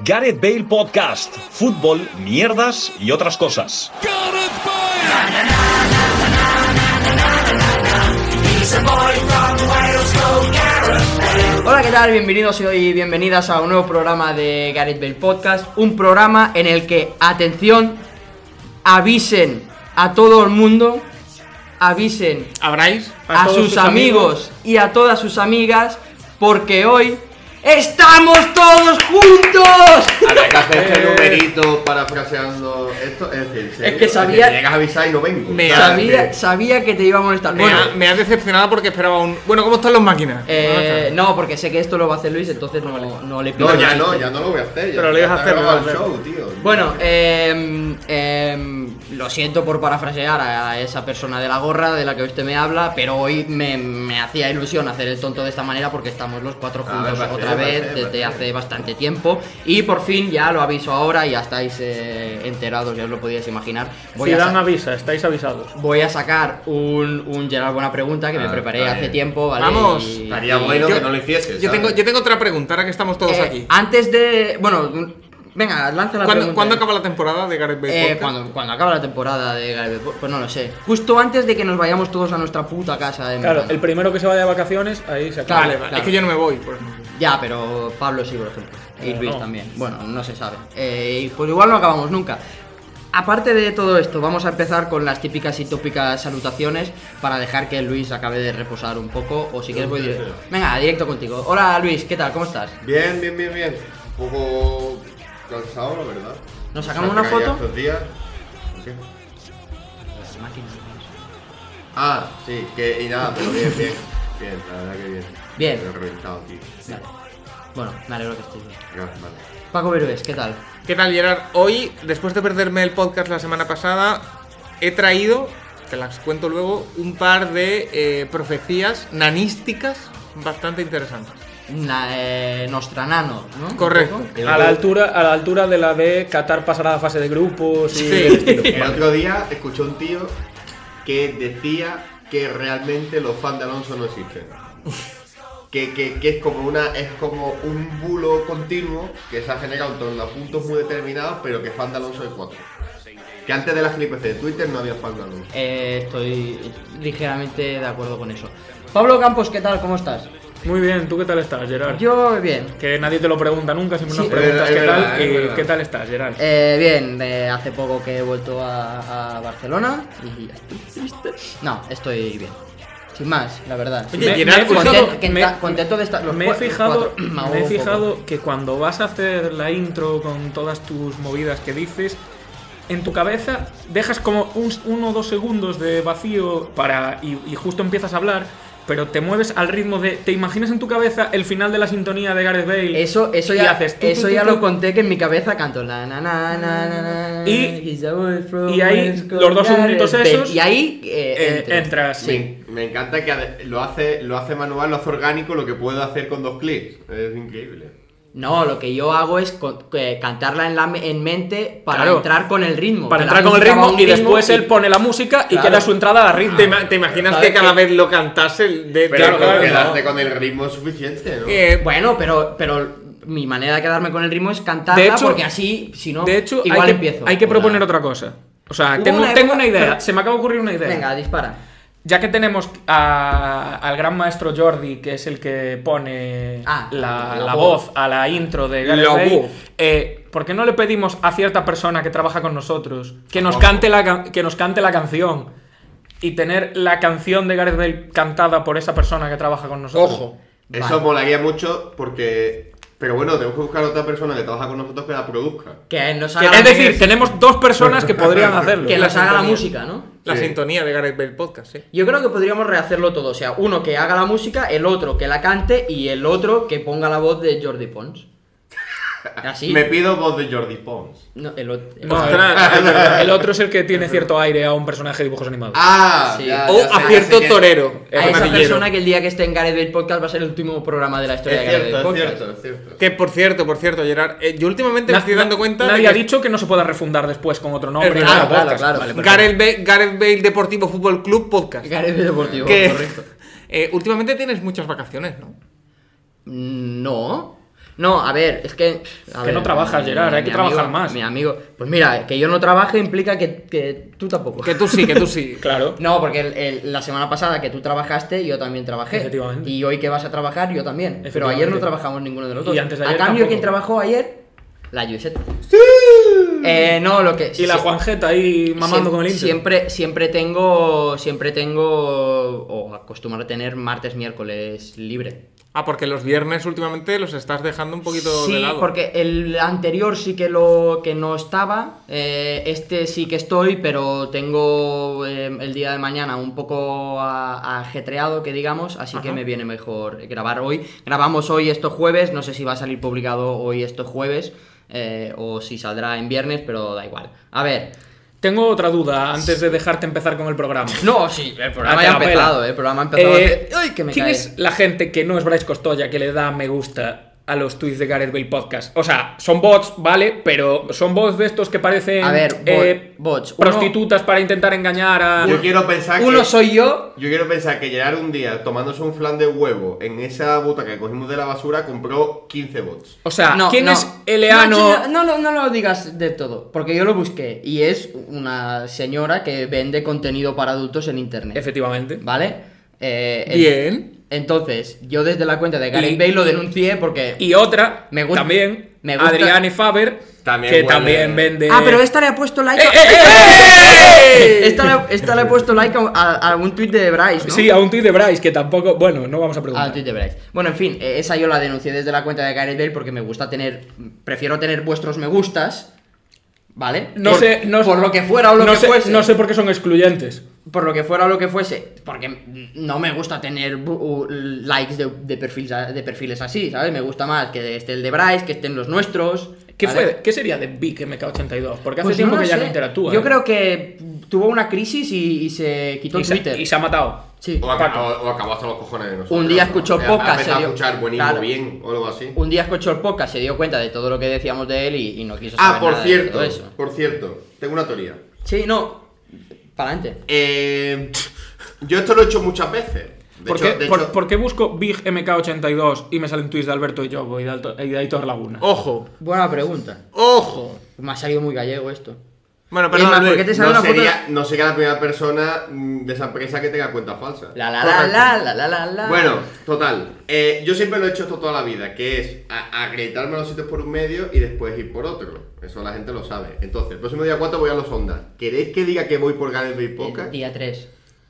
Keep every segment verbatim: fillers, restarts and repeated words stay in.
Gareth Bale Podcast. Fútbol, mierdas y otras cosas. Hola, ¿qué tal? Bienvenidos y bienvenidas a un nuevo programa de Gareth Bale Podcast. Un programa en el que, atención, avisen a todo el mundo, avisen ¿Habráis? a, a sus, sus amigos, amigos y a todas sus amigas, porque hoy ¡estamos todos juntos! Habría que hacer este numerito parafraseando esto, es decir, ¿serio? Es que sabía... Es que llegas a avisar y no vengo. Me sabía, que... sabía que te iba a molestar. Me, bueno, ha, me has decepcionado porque esperaba un... Bueno, ¿cómo están los máquinas? Eh, no, porque sé que esto lo va a hacer Luis, entonces no, no, no le pido. No, ya no, ya no lo voy a hacer. Ya, Pero lo ibas a hacer al show, tío. Bueno, eh, eh, lo siento por parafrasear a esa persona de la gorra de la que usted me habla, pero hoy me, me hacía ilusión hacer el tonto de esta manera porque estamos los cuatro juntos ah, otra vez ser, desde ser. hace bastante tiempo y por fin ya lo aviso ahora y ya estáis eh, enterados, ya os lo podíais imaginar. Voy si a dan avisa, estáis avisados. Voy a sacar un, un Gerard Buena Pregunta que ah, me preparé hace tiempo, ¿vale? Vamos, y, estaría y bueno yo, que no lo hicieses. Yo tengo, yo tengo otra pregunta, ahora que estamos todos eh, aquí. Antes de... bueno... Venga, lanza la ¿Cuándo, pregunta. ¿Cuándo acaba la temporada de Gareth Bale? Eh, cuando, cuando acaba la temporada de Gareth Bale, pues no lo sé. Justo antes de que nos vayamos todos a nuestra puta casa. Claro, Mecano. El primero que se vaya de vacaciones, ahí se acaba. Vale, vale. Claro. Es que yo no me voy, por ejemplo. Ya, pero Pablo sí, por ejemplo. Y eh, Luis no. también. Bueno, no se sabe. Eh, pues igual no acabamos nunca. Aparte de todo esto, vamos a empezar con las típicas y tópicas salutaciones para dejar que Luis acabe de reposar un poco. O si quieres voy directo. Venga, directo contigo. Hola Luis, ¿qué tal? ¿Cómo estás? Bien, bien, bien, bien. Un poco... cansado, la verdad. ¿Nos sacamos una foto? Estos días. ¿Qué? Las máquinas. Ah, sí, que y nada, pero bien, bien. Bien, la verdad que bien. Bien. Pero reventado, tío. Vale. Bueno, me alegro que estés bien. Gracias, vale. Paco Berués, ¿qué tal? ¿Qué tal, Gerard? Hoy, después de perderme el podcast la semana pasada, he traído, te las cuento luego, un par de eh, profecías nanísticas bastante interesantes. Na, eh, Nostranano, ¿no? Correcto. A la altura, a la altura de la de Qatar pasará a la fase de grupos y sí. el estilo. El otro día escuché un tío que decía que realmente los fans de Alonso no existen. Que, que, que es como una es como un bulo continuo que se ha generado en torno a puntos muy determinados, pero que fan de Alonso hay cuatro. Que antes de la Felipe C de Twitter no había fan de Alonso. Eh, estoy ligeramente de acuerdo con eso. Pablo Campos, ¿qué tal? ¿Cómo estás? Muy bien, ¿tú qué tal estás, Gerard? Yo bien. Que nadie te lo pregunta nunca, siempre nos sí, preguntas es qué verdad, tal es y verdad. qué tal estás, Gerard. Eh, bien, eh, hace poco que he vuelto a, a Barcelona y ya estoy triste. No, estoy bien. Sin más, la verdad. Oye, me, Gerard, me, contento, contento, me, contento de estar. Los me he cuatro, fijado, cuatro, me he fijado que cuando vas a hacer la intro con todas tus movidas que dices, en tu cabeza dejas como un, uno o dos segundos de vacío para y, y justo empiezas a hablar. Pero te mueves al ritmo de... ¿Te imaginas en tu cabeza el final de la sintonía de Gareth Bale? Eso, eso ya, haces tú, eso tú, ya tú, lo tú. conté que en mi cabeza canto la na na na na na Y, y ahí los dos segunditos esos... Y ahí eh, eh, entras. Sí. Me, me encanta que lo hace, lo hace manual, lo hace orgánico, lo que puedo hacer con dos clics. Es increíble. No, lo que yo hago es con, eh, cantarla en, la, en mente para Claro. entrar con el ritmo. Para que entrar la con el música va a ritmo un y después y... él pone la música y Claro. queda su entrada a ritmo. ¿Te, ¿Te imaginas ¿Sabes que cada qué? vez lo cantase de, Pero de- con claro, quedarte no. con el ritmo es suficiente, ¿no? Eh, Bueno, pero, pero mi manera de quedarme con el ritmo es cantarla De hecho- porque así, si no, De hecho, igual hay que, empiezo. hay que Hola. proponer otra cosa. O sea, Hubo tengo una tengo época- una idea. pero- Se me acaba de ocurrir una idea. Venga, dispara. Ya que tenemos a- al gran maestro Jordi, que es el que pone Ah, la, la la voz. voz a la intro de Gareth La Bale, voz. eh, ¿por qué no le pedimos a cierta persona que trabaja con nosotros que nos cante la, ca- que nos cante la canción y tener la canción de Gareth Bale cantada por esa persona que trabaja con nosotros? Ojo. Eso Vale. molaría mucho porque... Pero bueno, tenemos que buscar a otra persona que trabaja con nosotros que la produzca. Que nos Que- haga es la, decir, tenemos dos personas que podrían hacerlo. que nos la haga la sintonía. música, ¿no? La Sí. sintonía de Gareth Bale Podcast, ¿eh? Yo creo que podríamos rehacerlo todo. O sea, uno que haga la música, el otro que la cante y el otro que ponga la voz de Jordi Pons. Así. Me pido voz de Jordi Pons. No, el otro. No, Ostras, el, el otro es el que tiene cierto aire a un personaje de dibujos animados. Ah, Sí. ya, O ya sé, a ya cierto sé que- torero. A esa armadillero. persona que el día que esté en Gareth Bale Podcast va a ser el último programa de la historia Es de Gareth cierto, Bale es Podcast. cierto, es cierto. Que por cierto, por cierto, Gerard, eh, yo últimamente me Na- estoy na- dando cuenta nadie de ha que dicho que no se pueda refundar después con otro nombre. Es en verdad, otro claro, podcast. claro. Vale, perfecto. Gareth Bale, Gareth Bale Deportivo Fútbol Club Podcast. Gareth Bale Deportivo, Que correcto. eh, últimamente tienes muchas vacaciones, ¿no? No. No, a ver, es que... a Que ver, no trabajas, Gerard, hay mi que trabajar amigo- más. Mi amigo... Pues mira, que yo no trabaje implica que, que tú tampoco. Que tú sí, que tú sí. Claro. No, porque el- el- la semana pasada que tú trabajaste, yo también trabajé. Efectivamente. Y hoy que vas a trabajar, yo también. Pero Efectivamente. ayer no trabajamos ninguno de los Y dos. antes de a ayer cambio, tampoco. ¿quién trabajó ayer? La Yuset. Eh, no, lo que... Y la sí- Juanjeta ahí mamando Siem- con el Inter. Siempre, siempre tengo, siempre tengo, o acostumbro a tener martes, miércoles libre. Ah, porque los viernes últimamente los estás dejando un poquito Sí, de lado. porque el anterior sí que lo que no estaba, eh, este sí que estoy, pero tengo eh, el día de mañana un poco a- ajetreado, que digamos, así que Ajá. me viene mejor grabar hoy. Grabamos hoy esto jueves, no sé si va a salir publicado hoy esto jueves, eh, o si saldrá en viernes, pero da igual. A ver... Tengo otra duda antes de dejarte empezar con el programa. No, sí, el programa Ah, ya te ha la empezado, pela. eh, el programa ha empezado. Eh, hace- ¡Ay, que me ¿Quién cae! es la gente que no es Bryce Costoya que le da me gusta a los tweets de Gareth Bale Podcast? O sea, son bots, ¿vale? Pero son bots de estos que parecen A ver, bot- eh, bots. Uno- prostitutas para intentar engañar a... Yo quiero pensar que. Uno soy yo. Yo quiero pensar que llegar un día tomándose un flan de huevo en esa butaca que cogimos de la basura compró quince bots. O sea, No, ¿quién no. es Eleano? No, no, no, no lo digas de todo, porque yo lo busqué y es una señora que vende contenido para adultos en internet. Efectivamente. ¿Vale? Eh, en- Bien. Entonces, yo desde la cuenta de Gareth Y- Bale lo y- denuncié porque. Y otra, Me gusta- también, me gusta- Adriane Faber, También que huele- también vende... Ah, pero esta le ha puesto like. ¡Eh, a- eh, eh! Esta, le, esta le ha puesto like a, a algún tweet de Bryce, ¿no? Sí, a un tweet de Bryce, que tampoco... Bueno, no vamos a Ah, preguntar. el tweet de Bryce. Bueno, en fin, eh, esa yo la denuncié desde la cuenta de Gareth Bale porque me gusta tener. Prefiero tener vuestros me gustas. ¿Vale? No Por- sé, no por lo que fuera o lo no que sé, fuese. No sé por qué son excluyentes. Por lo que fuera o lo que fuese. Porque no me gusta tener bu- u- likes de, de, perfiles, de perfiles así, ¿sabes? Me gusta más que esté el de Bryce, que estén los nuestros. ¿Qué, ¿vale? fue, ¿Qué sería de Big M K ochenta y dos? Porque hace Pues tiempo no lo que ya sé. no interactúa. Yo ¿eh? creo que tuvo una crisis y, y se quitó y se, Twitter. y se ha matado. Sí. O, acá- o- o acabó hasta los cojones de nosotros. Un día ¿no? escuchó Ha- podcast, Ha empezado se a dio- escuchar buenísimo claro. bien o algo así. Un día escuchó el podcast, se dio cuenta de todo lo que decíamos de él y, y no quiso Ah, saber por nada de cierto, todo eso. por cierto, tengo una teoría. Sí, no. Para adelante. Eh, yo esto lo he hecho muchas veces. De ¿Por, hecho- qué, de por- hecho- por qué busco Big M K ochenta y dos y me salen tweets de Alberto y Yogo y de, Alto- y de Aitor Laguna? Ojo. Buena pregunta. Ojo. Me ha salido muy gallego esto. Bueno, Es perdón, más, Luis. ¿por qué te sale no, una foto? sería, no sería la primera persona mm, de esa empresa que tenga cuenta falsa. La la la la la la la la. Bueno, total. eh, yo siempre lo he hecho esto toda la vida, que es a- acreditarme a los sitios por un medio y después ir por otro. Eso la gente lo sabe. Entonces, el próximo día cuatro voy a los Ondas. ¿Queréis que diga que voy por Gareth Bale El Podcast? día tres.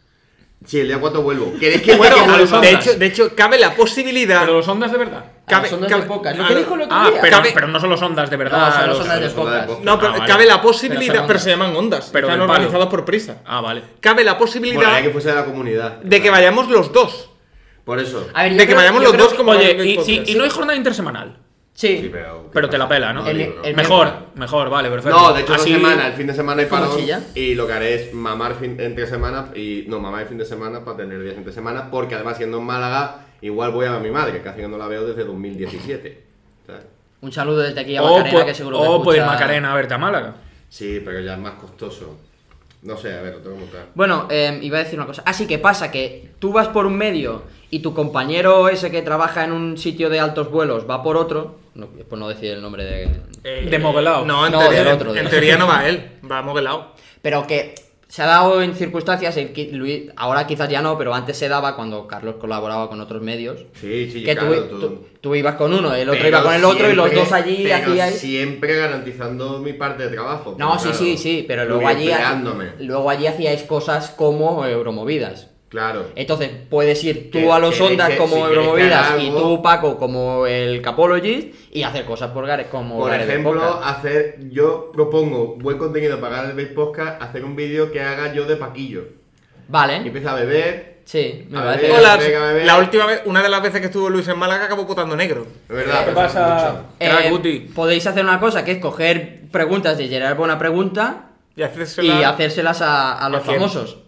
Sí, el día cuatro vuelvo. ¿Queréis que Bueno, diga que a los de Ondas. hecho, de hecho, cabe la posibilidad. Pero los ondas de verdad. A Cabe- las ondas cabe- de podcast. Lo a- que dijo el otro Ah, día. pero, Cabe- pero no son los ondas de verdad. No, son los los- ondas de los ondas de podcast. podcast. No, pero Ah, vale. cabe la Pero posibilidad. son Pero, ondas. se llaman ondas. Pero están del palo. organizados por prisa. Ah, vale. Cabe la Bueno, posibilidad hay que fuese de la comunidad. de que vayamos los dos. Por eso. A ver, yo De que creo- vayamos yo los creo dos que- como Oye, Gareth Bale y, si- Podcast. y no hay jornada intersemanal. Sí. Sí, pero, ¿qué Pero te la pasa? pela, ¿no? El- digo, no. el- Mejor, mejor, vale, perfecto. No, de hecho, Así- dos semanas, el fin de semana hay ¿Cómo parón. chilla? Y lo que haré es mamar fin, entre semanas y no, mamar el fin de semana para tener días entre semana. Porque además, siendo en Málaga, igual voy a ver a mi madre, que hace que no la veo desde dos mil diecisiete. ¿sabes? Un saludo desde aquí a O, Macarena, pu- que seguro que o puede ir escucha- Macarena a verte a Málaga. Sí, pero ya es más costoso. No sé, a ver, lo tengo que montar. Bueno, eh, iba a decir una cosa. Así que pasa que tú vas por un medio y tu compañero ese que trabaja en un sitio de altos vuelos va por otro. No, por no decir el nombre de. Eh, De Moguelao. No, en, No, teoría, del en- otro, en del teoría otro. no va él, va Moguelao. Pero que se ha dado en circunstancias, el que Luis, ahora quizás ya no, pero antes se daba cuando Carlos colaboraba con otros medios. Sí, sí, Que claro. tú, tú- tú- tú ibas con uno, el otro pero iba con el otro y los siempre- dos allí pero hacíais. siempre garantizando mi parte de trabajo. No, pero sí, claro, sí, sí, pero tú luego allí, empleándome. luego allí hacíais cosas como Euromovidas. Claro. Entonces puedes ir tú Que- a los que- Ondas que como si queréis Euromovidas que haga y algo- tú, Paco, como el Capologist y hacer cosas por Gare, como Por Gareth ejemplo, Podcast. hacer, yo propongo buen contenido para Gareth Bale Podcast, hacer un vídeo que haga yo de Paquillo. Y Vale, empieza a beber. sí, me A parece. ver, Hola, venga, bebé. la última vez, una de las veces que estuvo Luis en Málaga acabó putando negro. Es verdad, ¿Qué pero pasa? mucho. Crack, Eh, Guti. podéis hacer una cosa, que es coger preguntas de Gerard Buena Pregunta Y hacérsela- y hacérselas a, a los ¿A quién? famosos.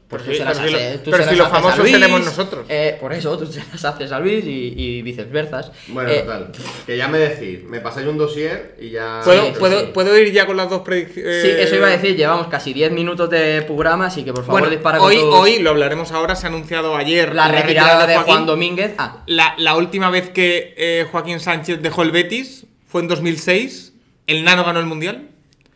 Pues Pero tú sí, se las pero si haces- lo- tú pero se si las los haces a famosos Luis, seremos nosotros. eh, por eso, tú se las haces a Luis y, y viceversa. Bueno, Eh, total. Que ya me decís, me pasáis un dossier y ya. ¿Puedo, sí, puedo, sí. ¿Puedo ir ya con las dos predicciones? Sí, eso iba a decir, llevamos casi diez minutos de programa, así que por favor Bueno, dispara con hoy, todos. hoy, lo hablaremos ahora, se ha anunciado ayer La retirada de Juan Joaquín. Domínguez. Ah, La, la última vez que eh, Joaquín Sánchez dejó el Betis fue en dos mil seis. El Nano ganó el Mundial.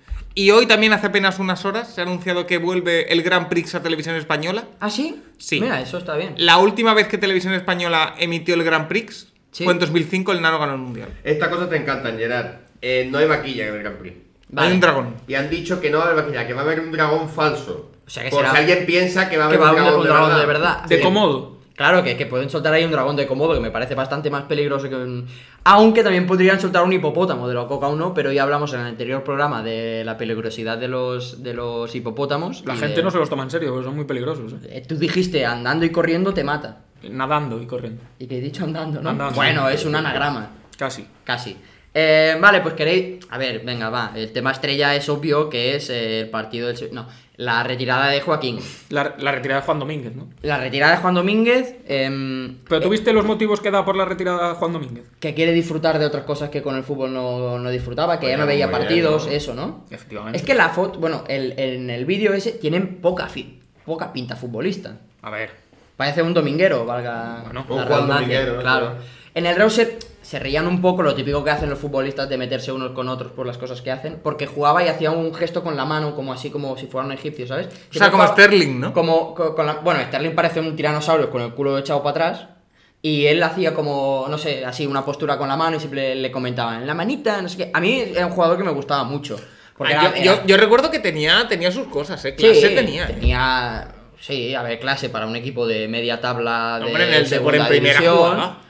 Y hoy también, hace apenas unas horas, se ha anunciado que vuelve el Grand Prix a Televisión Española. ¿Ah, sí? Sí. Mira, eso está bien. La última vez que Televisión Española emitió el Grand Prix Sí. fue en dos mil cinco, el Nano ganó el Mundial. Estas cosas te encantan, Gerard. Eh, no hay vaquilla en el Grand Prix. Vale. Hay un dragón. Y han dicho que no va a haber vaquilla, que va a haber un dragón falso. O sea, que Por será- si alguien piensa que va a que haber va a un haber dragón, un de, dragón verdad. de verdad. De Sí. Komodo. Claro, que, que pueden soltar ahí un dragón de Komodo, que me parece bastante más peligroso que un... Aunque también podrían soltar un hipopótamo, de lo coca aún no, pero ya hablamos en el anterior programa de la peligrosidad de los, de los hipopótamos. La y gente de- no se los toma en serio, porque son muy peligrosos. ¿eh? Eh, Tú dijiste, andando y corriendo te mata. Nadando y corriendo. Y que he dicho andando, ¿no? Andando. Bueno, es un anagrama. Casi. Casi. Eh, vale, pues queréis... A ver, venga, va. El tema estrella es obvio que es eh, el partido del... Se- No, la retirada de Joaquín. La, la retirada de Juan Domínguez, ¿no? La retirada de Juan Domínguez... em, Pero eh, ¿tuviste los motivos que da por la retirada de Juan Domínguez? que quiere disfrutar de otras cosas que con el fútbol no, no disfrutaba, que ya Bueno, no veía muy bien, partidos, ¿no? eso, ¿no? Efectivamente. Es que la foto... Bueno, el- en el vídeo ese tienen poca, fi- poca pinta futbolista. A ver. Parece un dominguero, valga Bueno, la un Juan redundancia, Dominguero, ¿no? claro. En el Rouser se reían un poco, lo típico que hacen los futbolistas de meterse unos con otros por las cosas que hacen, porque jugaba y hacía un gesto con la mano, como así, como si fuera un egipcio, ¿sabes? O sea, Siempre como jugaba- Sterling, ¿no? Como, co- con la- bueno, Sterling parece un tiranosaurio con el culo echado para atrás. Y él hacía como, no sé, así una postura con la mano y siempre le comentaban, la manita, no sé qué. A mí era un jugador que me gustaba mucho. Porque Ah, era- yo, yo- era- yo recuerdo que tenía, tenía sus cosas, ¿eh? Sí, Clase tenía. ¿eh? tenía, sí, a ver, clase para un equipo de media tabla de Hombre, en el segunda Depor en primera división, jugaba.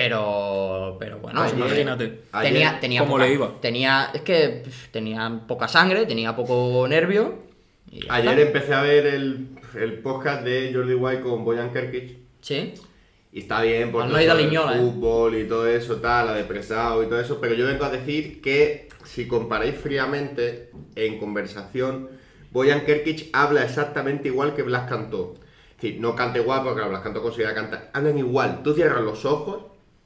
pero, pero bueno, Ayer- sí, imagínate. ayer- tenía, tenía ¿cómo poca- le iba? tenía, es que pf, tenía poca sangre, tenía poco nervio. y ya Ayer está. empecé a ver el, el podcast de Jordi White con Boyan Kerkic. Sí. Y está bien, por Al todo no ir a eso del Liñola, ¿eh? fútbol y todo eso, tal, la depresado y todo eso, pero yo vengo a decir que si comparáis fríamente en conversación, Boyan Kerkic habla exactamente igual que Blas Cantó. Es decir, no canta igual porque claro, Blas Cantó considera cantar. Hablan igual, tú cierras los ojos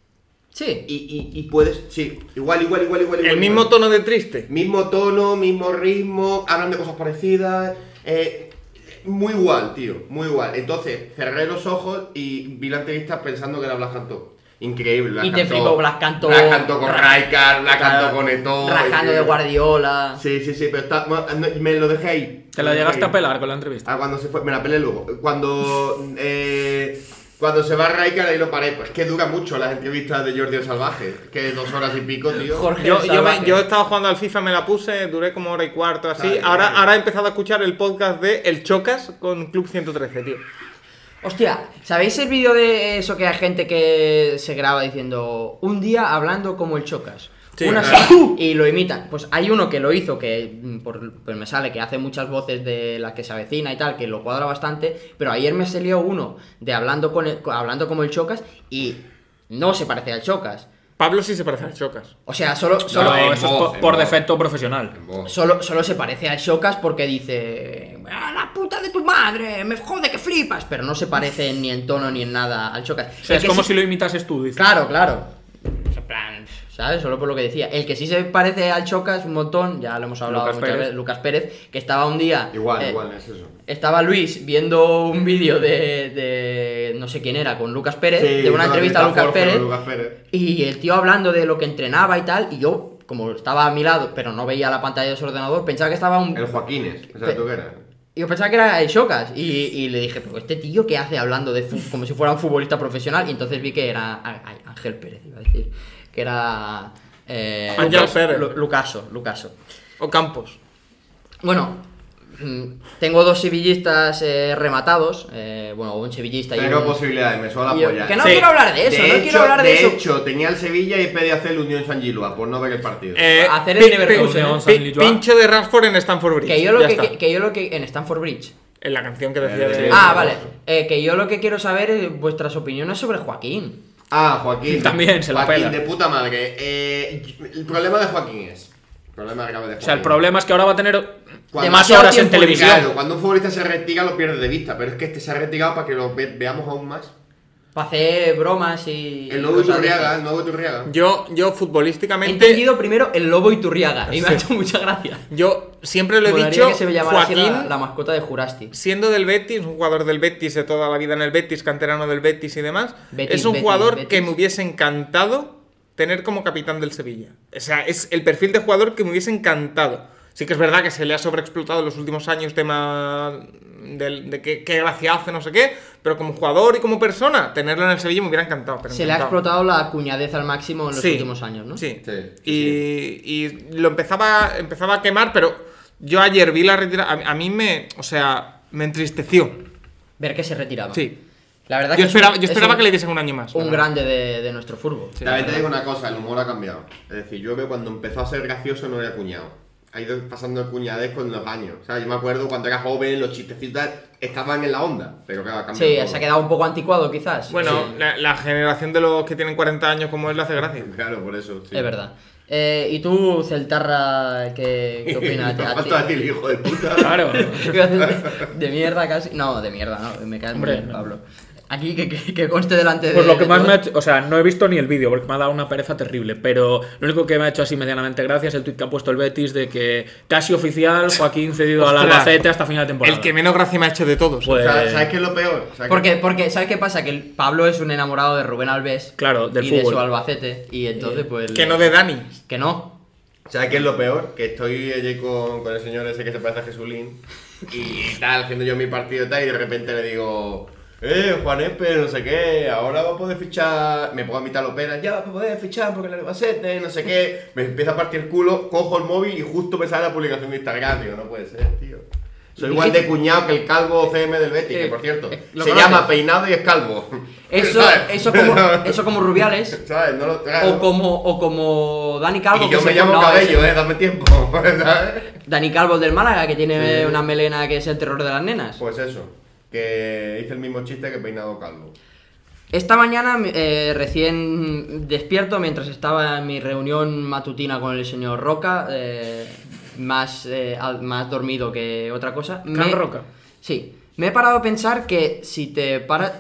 Sí. y, y, y puedes, sí, igual, igual, igual, igual. El igual, mismo igual. tono de triste. Mismo tono, mismo ritmo, hablan de cosas parecidas. Eh, muy igual, tío, muy igual. Entonces, cerré los ojos y vi la entrevista pensando que era Blas Cantó. Increíble, Blas Y te Cantó. flipó Blas Cantó. Blas Cantó con Ra- Rijkaard, Blas Claro, Cantó con Eto'o. Rajando de Guardiola. Sí, sí, sí, pero está, bueno, no, me lo dejé ahí. ¿Te la Lo dejé llegaste ahí. a pelar con la entrevista? Ah, cuando se fue, me la pelé luego. Cuando eh, cuando se va Rijkaard ahí lo paré. Pues que dura mucho las entrevistas de Jordi el Salvaje. Que dos horas y pico, tío. Jorge Yo, yo, me- Salvaje. yo estaba jugando al FIFA, me la puse, duré como hora y cuarto, así. Vale, ahora, vale. ahora he empezado a escuchar el podcast de El Chocas con Club ciento trece, tío. Hostia, ¿sabéis el vídeo de eso que hay gente que se graba diciendo un día hablando como el Chocas? Sí, Una claro. así, y lo imitan. Pues hay uno que lo hizo, que mm, por, pues me sale que hace muchas voces de las que se avecina y tal, que lo cuadra bastante, pero ayer me salió uno de hablando, con el- hablando como el Chocas y no se parece al Chocas. Pablo sí se parece al Chocas. O sea, solo, solo, No, en eso voz, es por, en por voz. defecto profesional. En voz. Solo, solo se parece al Chocas porque dice "¡Ah, la puta de tu madre! ¡Me jode que flipas! Pero no se parece ni en tono ni en nada al Chocas. O sea, El es que como sí- si lo imitases tú, dices. Claro, claro. En plan, ¿sabes? Solo por lo que decía. El que sí se parece al Chocas un montón, ya lo hemos hablado Lucas muchas Pérez. veces, Lucas Pérez, que estaba un día... Igual, eh, igual, es eso. Estaba Luis viendo un vídeo de, de no sé quién era, con Lucas Pérez, Sí, de una no, entrevista a está Lucas Jorge, Pérez, Lucas Pérez. y el tío hablando de lo que entrenaba y tal, y yo, como estaba a mi lado, pero no veía la pantalla de su ordenador, pensaba que estaba un... El Joaquínez, o sea, Pe- tú qué eras. Yo pensaba que era el Chocas, y, y le dije, pero este tío ¿qué hace hablando de fu- como si fuera un futbolista profesional? Y entonces vi que era a- a- Ángel Pérez, iba a decir, que era... Eh, Ángel Lucas- Pérez. Lu- Lucaso, Lucaso. O Campos. Bueno, mm, tengo dos sevillistas eh, rematados, eh, bueno, un sevillista y Tengo un... posibilidades, me suena la y yo- polla. que no Sí. quiero hablar de eso, de no hecho, quiero hablar de, eso. hecho, tenía el Sevilla y pedí hacer el Unión San Gilua por no ver el partido. Eh, Hacer el pi- Leverkusen, pi- ¿no? pi- San Lijuán. pincho de Rashford en Stamford Bridge. Que yo lo Ya que, está. que, que yo lo que en Stamford Bridge. En la canción que decía Eh, de... sí. Ah, sí, vale. sí. Eh, que yo lo que quiero saber es vuestras opiniones sobre Joaquín. Ah, Joaquín. También se la Joaquín, pela. de puta madre. Eh, el problema de Joaquín es. El problema grave de Joaquín. O sea, el problema es que ahora va a tener Cuando- demasiado horas en tiempo televisión. Claro, cuando un futbolista se retira lo pierde de vista, pero es que este se ha retirado para que lo ve- veamos aún más. para hacer bromas y. El nuevo cosas de Iturriaga, estas. el nuevo Iturriaga. Yo, yo He futbolísticamente, entendido primero el lobo Iturriaga y me ha hecho mucha gracia. yo siempre lo he Molaría dicho, que se me llamara así Joaquín, la, la mascota de Jurasti. siendo del Betis, un jugador del Betis de toda la vida en el Betis, canterano del Betis y demás, Betis, es un Betis, jugador Betis. que me hubiese encantado tener como capitán del Sevilla. O sea, es el perfil de jugador que me hubiese encantado. Sí que es verdad que se le ha sobreexplotado en los últimos años tema de, de que, qué gracia hace, no sé qué, pero como jugador y como persona, tenerlo en el Sevilla me hubiera encantado. Pero Se le ha encantado. explotado la cuñadez al máximo en los Sí, últimos años, ¿no? Sí. Sí, y, y lo empezaba, empezaba a quemar, pero yo ayer vi la retirada. A, a mí me. O sea, me entristeció. Ver que se retiraba. Sí. La verdad Yo que es esperaba, un- yo es esperaba un- que le diesen un año más. Un pero- grande de, de nuestro fútbol. Sí. También te digo una cosa, el humor ha cambiado. Es decir, yo creo que cuando empezó a ser gracioso no era cuñado. Ha ido pasando el cuñadez con los años. O sea, yo me acuerdo cuando era joven, los chistecitos estaban en la onda. Pero claro, ha cambiado Sí, todo. se ha quedado un poco anticuado quizás. Bueno, Sí, la, la generación de los que tienen cuarenta años como él le hace gracia. Claro, por eso. Sí. es verdad. Eh, ¿Y tú, Celtarra, qué, qué opinas? Me ¿A ti- falta decir, hijo de puta. Claro. Iba a decir de, de mierda casi. No, de mierda, no. Me cae muy Hombre, bien, no. Pablo. Aquí que, que, que conste delante de. Pues lo que de más todos. me ha hecho, o sea, no he visto ni el vídeo porque me ha dado una pereza terrible, pero lo único que me ha hecho así medianamente gracia es el tuit que ha puesto el Betis de que casi oficial Joaquín cedido al Ostras, Albacete hasta final de temporada. El que menos gracia me ha hecho de todos. Pues- O sea, ¿sabes qué es lo peor? O sea, que- Porque, porque, ¿sabes qué pasa? Que el Pablo es un enamorado de Rubén Alves. Claro, del y de fútbol. su Albacete. Y entonces, pues. Que no de Dani. Que no. ¿Sabes qué es lo peor? Que estoy allí con, con el señor ese que se parece a Jesulín y tal, haciendo yo mi partido y tal, y de repente le digo, eh, Juan Espe, no sé qué, ahora va a poder fichar, me pongo a mitad Lopera, ya va a poder fichar porque el Albacete, no sé qué, me empieza a partir el culo, cojo el móvil y justo me sale la publicación de Instagram, digo, no puede ser, tío. Soy igual de cuñado que el calvo C M del Betis, que por cierto, Eh, ¿lo se conoces? llama peinado y es calvo. Eso, ¿Sabes? eso, como, eso como Rubiales. ¿Sabes? No lo, claro. O como, o como Dani Calvo. Y que yo es me el- llamo no, Cabello, ese- eh, dame tiempo, ¿sabes? Dani Calvo el del Málaga, que tiene Sí. una melena que es el terror de las nenas. Pues eso, que hice el mismo chiste que peinado calvo. Esta mañana, eh, recién despierto, mientras estaba en mi reunión matutina con el señor Roca, eh, más, eh, al- más dormido que otra cosa. ¿Can Roca? Sí. Me he parado a pensar que si te paras...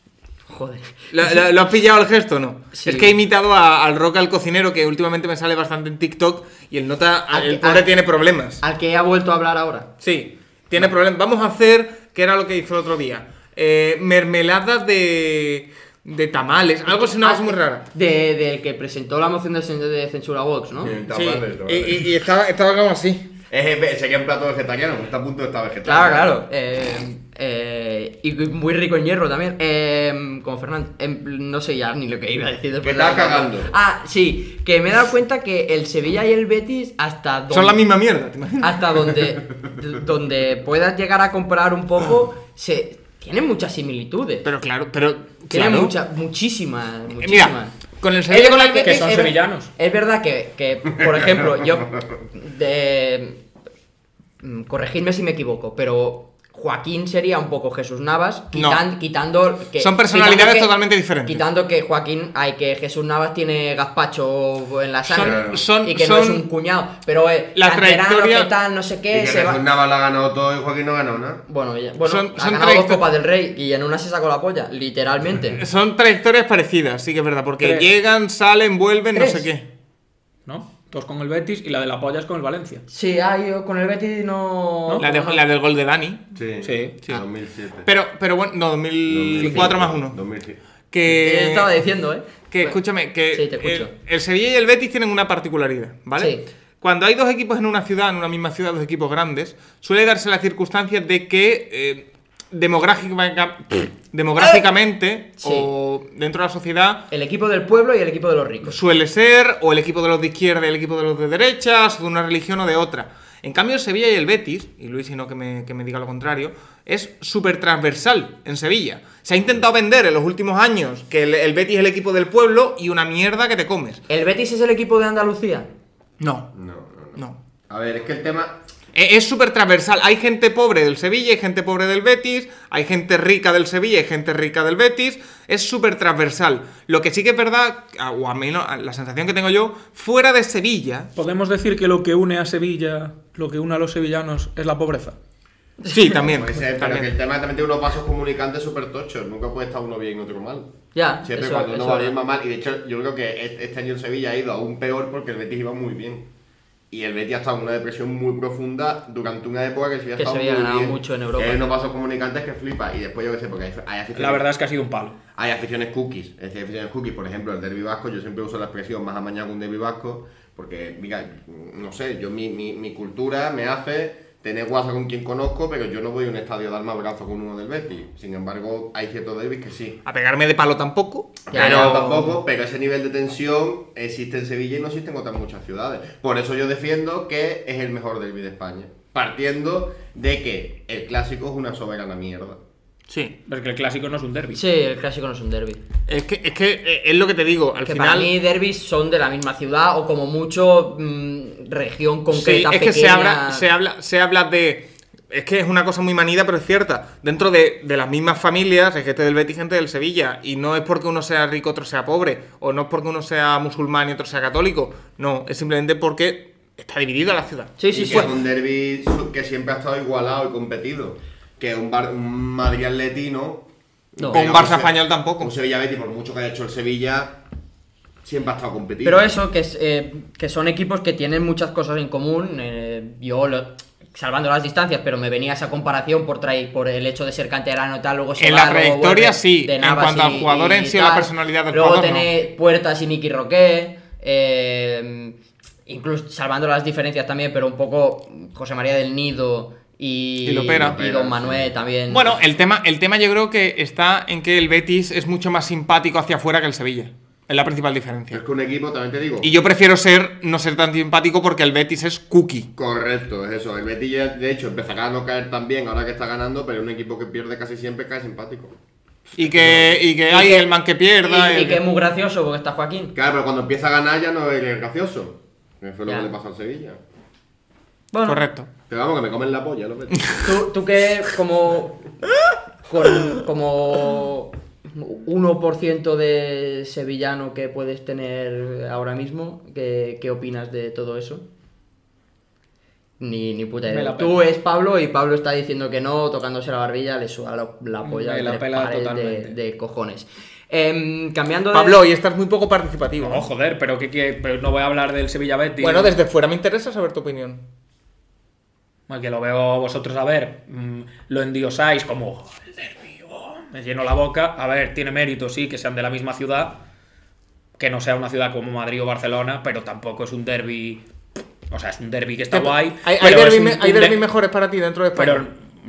Joder. ¿Lo, lo- lo has pillado el gesto o no? Sí. Es que he imitado a- al Roca, el cocinero, que últimamente me sale bastante en TikTok y el nota, Al el que- pobre al- tiene problemas. Al que ha vuelto a hablar ahora. Sí, tiene problemas. Vamos a hacer, que era lo que hizo el otro día, eh, mermeladas de, de tamales, algo así, una cosa muy rara. De- Del que presentó la moción de, cen- de censura Vox, ¿no? Sí. Sí, Tamales, y, tamales. y- y estaba, estaba como así. Es, sería un plato vegetariano, porque está a punto de estar vegetariano. Claro, claro. Eh, eh, y muy rico en hierro también. Eh, como Fernando. eh, no sé ya ni lo que iba a decir después. Que de la- estás cagando. Ah, sí. Que me he dado cuenta que el Sevilla y el Betis, hasta donde, Son la misma mierda, ¿te imaginas? hasta donde, d- donde puedas llegar a comparar un poco, se tienen muchas similitudes. Pero claro, pero. tienen claro. muchas, muchísimas, Eh, muchísimas. Mira, con el Sevilla y con el que Betis. son es- sevillanos. Es verdad que, que, por ejemplo, yo. De, mm, corregidme si me equivoco, pero Joaquín sería un poco Jesús Navas, quitan- No. quitando. Que, Son personalidades quitando que- totalmente diferentes. Quitando que Joaquín. Hay que Jesús Navas tiene gazpacho en la sangre. Son- son- y que no es son- un cuñado. Pero eh, La canterano, trayectoria- que tal, no sé Y qué. que Se va. Jesús Navas la ha ganado todo y Joaquín no ha ganado nada. Bueno, ya- bueno Son- ha son ganado dos trayecto- Copas del Rey y en una se sacó la polla, literalmente. Son trayectorias parecidas, sí que es verdad, porque Tres. llegan, salen, vuelven, Tres. no sé qué. ¿No? Dos con el Betis y la de la polla es con el Valencia. Sí, ah, yo con el Betis no. ¿No? La, de- la del gol de Dani. Sí, Sí. Sí. dos mil siete. Pero, pero bueno, no, dos mil cuatro más uno. dos mil cinco. Te Que, estaba diciendo, ¿eh? que escúchame, que Sí, te escucho. el, el Sevilla y el Betis tienen una particularidad, ¿vale? Sí. Cuando hay dos equipos en una ciudad, en una misma ciudad, dos equipos grandes, suele darse la circunstancia de que eh, demográfica- demográficamente Sí. o dentro de la sociedad El equipo del pueblo y el equipo de los ricos. suele ser o el equipo de los de izquierda y el equipo de los de derechas, o de una religión o de otra. En cambio, el Sevilla y el Betis, y Luis, si no que me, que me diga lo contrario, es súper transversal en Sevilla. Se ha intentado vender en los últimos años que el, el Betis es el equipo del pueblo y una mierda que te comes. ¿El Betis es el equipo de Andalucía? No, No, no, no. no. A ver, es que el tema. Es súper transversal. Hay gente pobre del Sevilla, hay gente pobre del Betis, hay gente rica del Sevilla y gente rica del Betis. Es súper transversal. Lo que sí que es verdad, o a menos la sensación que tengo yo, fuera de Sevilla... ¿Podemos decir que lo que une a Sevilla, lo que une a los sevillanos es la pobreza? Sí, también. Puede ser, pero también. que el tema también tiene unos vasos comunicantes súper tochos. Nunca puede estar uno bien y otro mal. Ya, Siempre eso- cuando uno eso- va bien va mal. Y de hecho, yo creo que este este año el Sevilla ha ido aún peor porque el Betis iba muy bien. Y el Betis ha estado en una depresión muy profunda durante una época que se había Que estado se había muy ganado bien. mucho en Europa. Que hay unos vasos comunicantes que flipa. Y después yo qué sé, porque hay, hay aficiones. La verdad es que ha sido un palo. Hay aficiones cookies. Es decir, aficiones cookies, por ejemplo, el derbi vasco. Yo siempre uso la expresión más amañado que un derbi vasco. Porque, mira, no sé, yo mi, mi, mi cultura me hace tener guasa con quien conozco, pero yo no voy a un estadio a darme abrazo con uno del Betis. Sin embargo, hay ciertos derbis que sí. A pegarme de palo tampoco. Ya, Pero ya. tampoco, pero ese nivel de tensión existe en Sevilla y no existe en otras muchas ciudades. Por eso yo defiendo que es el mejor derbi de España. Partiendo de que el clásico es una soberana mierda. Sí. Porque el clásico no es un derbi. Sí, el clásico no es un derbi. Es que, es que eh, es lo que te digo. Al Que final. para mí derbis son de la misma ciudad o como mucho mm, región Sí, concreta es que se pequeña. habla, se habla, se habla de. Es que es una cosa muy manida, pero es cierta. Dentro de, de las mismas familias, hay gente del Betis y gente del Sevilla. Y no es porque uno sea rico, otro sea pobre. O no es porque uno sea musulmán y otro sea católico. No, es simplemente porque está dividida la ciudad. Sí, sí, y sí. que es un derbi que siempre ha estado igualado y competido. Que un, bar, un Madrid atletino. No. O un Barça español tampoco. Un Sevilla Betis, por mucho que haya hecho el Sevilla, siempre ha estado competido. Pero eso, que, es, eh, que son equipos que tienen muchas cosas en común. eh, yo, lo- salvando las distancias, pero me venía esa comparación por, traer, por el hecho de ser canterano y tal. Luego se En va, la luego trayectoria, vuelve sí. de En Navas cuanto al y- jugador en y sí o la tal. personalidad del Luego jugador, no. tenéis Puertas y Nicky Roquet. eh, incluso salvando las diferencias también, pero un poco José María del Nido y, Y Lopera. y Don Manuel también. Bueno, el tema, el tema yo creo que está en que el Betis es mucho más simpático hacia afuera que el Sevilla. Es la principal diferencia. Es que un equipo, también te digo. Y yo prefiero ser no ser tan simpático porque el Betis es cookie. Correcto, es eso. El Betis, ya, de hecho, empezará a no caer tan bien ahora que está ganando, pero un equipo que pierde casi siempre cae simpático. Y que, y que Y hay que- el man que pierda. y, el y que es muy gracioso porque está Joaquín. Claro, pero cuando empieza a ganar ya no es gracioso. Que fue lo Ya. que le pasó al Sevilla. Bueno, Correcto. Pero vamos, que me comen la polla los Betis. Tú, tú que como, con- como uno por ciento de sevillano que puedes tener ahora mismo, ¿qué, qué opinas de todo eso? Ni, ni puta Me idea. la Tú pela. es Pablo y Pablo está diciendo que no, tocándose la barbilla, le suda la, la polla Me la de pela pares de, totalmente. de cojones. Em, cambiando de... Pablo, hoy estás muy poco participativo. No, joder, pero, que, que- pero no voy a hablar del Sevilla Betis. Bueno, desde fuera me interesa saber tu opinión. Bueno, que lo veo vosotros a ver, mm, lo endiosáis como "Oh, el derbi, oh", me lleno la boca. A ver, tiene mérito, sí, que sean de la misma ciudad, que no sea una ciudad como Madrid o Barcelona, pero tampoco es un derbi. O sea, es un derbi que está guay. Hay, hay pero es derbi un- me- hay un de- derbi mejores para ti dentro de España. Pero,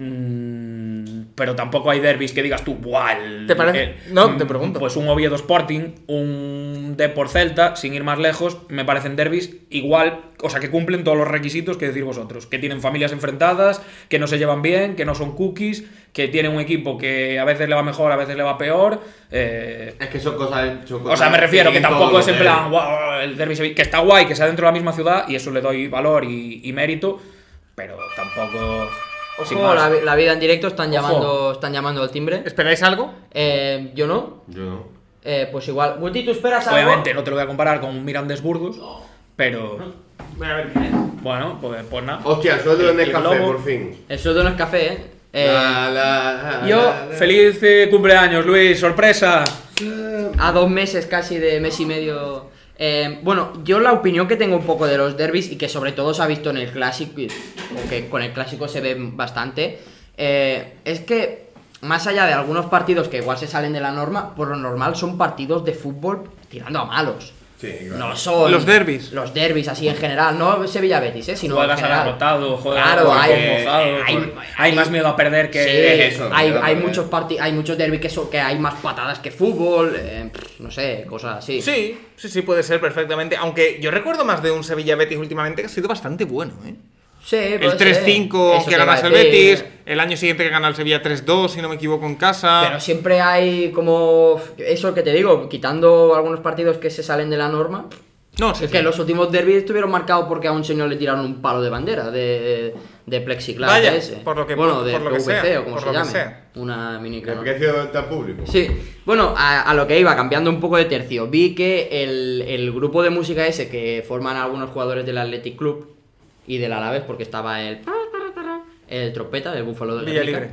mm, pero tampoco hay derbis que digas tú, ¡buah! el- ¿Te parece? eh, No, te mm, pregunto. Pues un Oviedo Sporting, un Depor Celta, sin ir más lejos, me parecen derbis igual, o sea, que cumplen todos los requisitos que decir vosotros. Que tienen familias enfrentadas, que no se llevan bien, que no son cookies, que tienen un equipo que a veces le va mejor, a veces le va peor. eh, Es que son cosas. Son o cosas sea, me refiero que tienen tampoco todos es en los plan, derbis. "Guau, el derbi sevilla", que está guay, que sea dentro de la misma ciudad, y eso le doy valor y, y mérito, pero tampoco. sin Ojo, más. la, vi- la vida en directo están Ojo. llamando, están llamando al timbre. ¿Esperáis algo? Eh, yo no. Yo no. Eh, pues igual. Guti, ¿tú esperas algo? Obviamente no te lo voy a comparar con un Mirandés Burgos, pero. Voy a ver quién es. Bueno, pues, pues nada. Hostia, el sueldo El- de el Nescafé, Globo. por fin. El sueldo no es café, ¿eh? Eh, La, la, la, yo- la, la. Feliz eh, cumpleaños, Luis, sorpresa. a dos meses casi de mes y medio. Eh, bueno, yo la opinión que tengo un poco de los derbis y que sobre todo se ha visto en el clásico, y- o que con el clásico se ve bastante, eh, es que más allá de algunos partidos que igual se salen de la norma, por lo normal son partidos de fútbol tirando a malos. Sí, claro. No son Los derbis. Los derbis así en general, no Sevilla Betis, eh, sino en Juegas al general. derrotado, juegas Claro, al hay- mojado, hay- hay, hay- más miedo a perder que. Sí, es eso, hay, miedo a hay perder. muchos parti hay muchos derbis que, son- que hay más patadas que fútbol, eh, pff, no sé, cosas así. Sí, sí, sí, puede ser perfectamente. Aunque yo recuerdo más de un Sevilla Betis últimamente que ha sido bastante bueno, ¿eh? Sí, El puede tres ser. cinco Eso que te iba ganas a el decir. Betis, el año siguiente que gana el Sevilla tres dos, si no me equivoco, en casa. Pero siempre hay como eso que te digo, quitando algunos partidos que se salen de la norma, No, sí, Es sí. que los últimos derbis estuvieron marcados porque a un señor le tiraron un palo de bandera de, de plexiglas Vaya, de ese. por lo que- bueno, por- de por lo que P V C sea, o como por se lo que llame. sea. Una mini ¿El canon. precio tan público? Sí, bueno, a, a lo que iba, cambiando un poco de tercio, vi que el, el grupo de música ese que forman algunos jugadores del Athletic Club y del Alavés, porque estaba el el trompeta, el búfalo del Villa Guernica, Libre.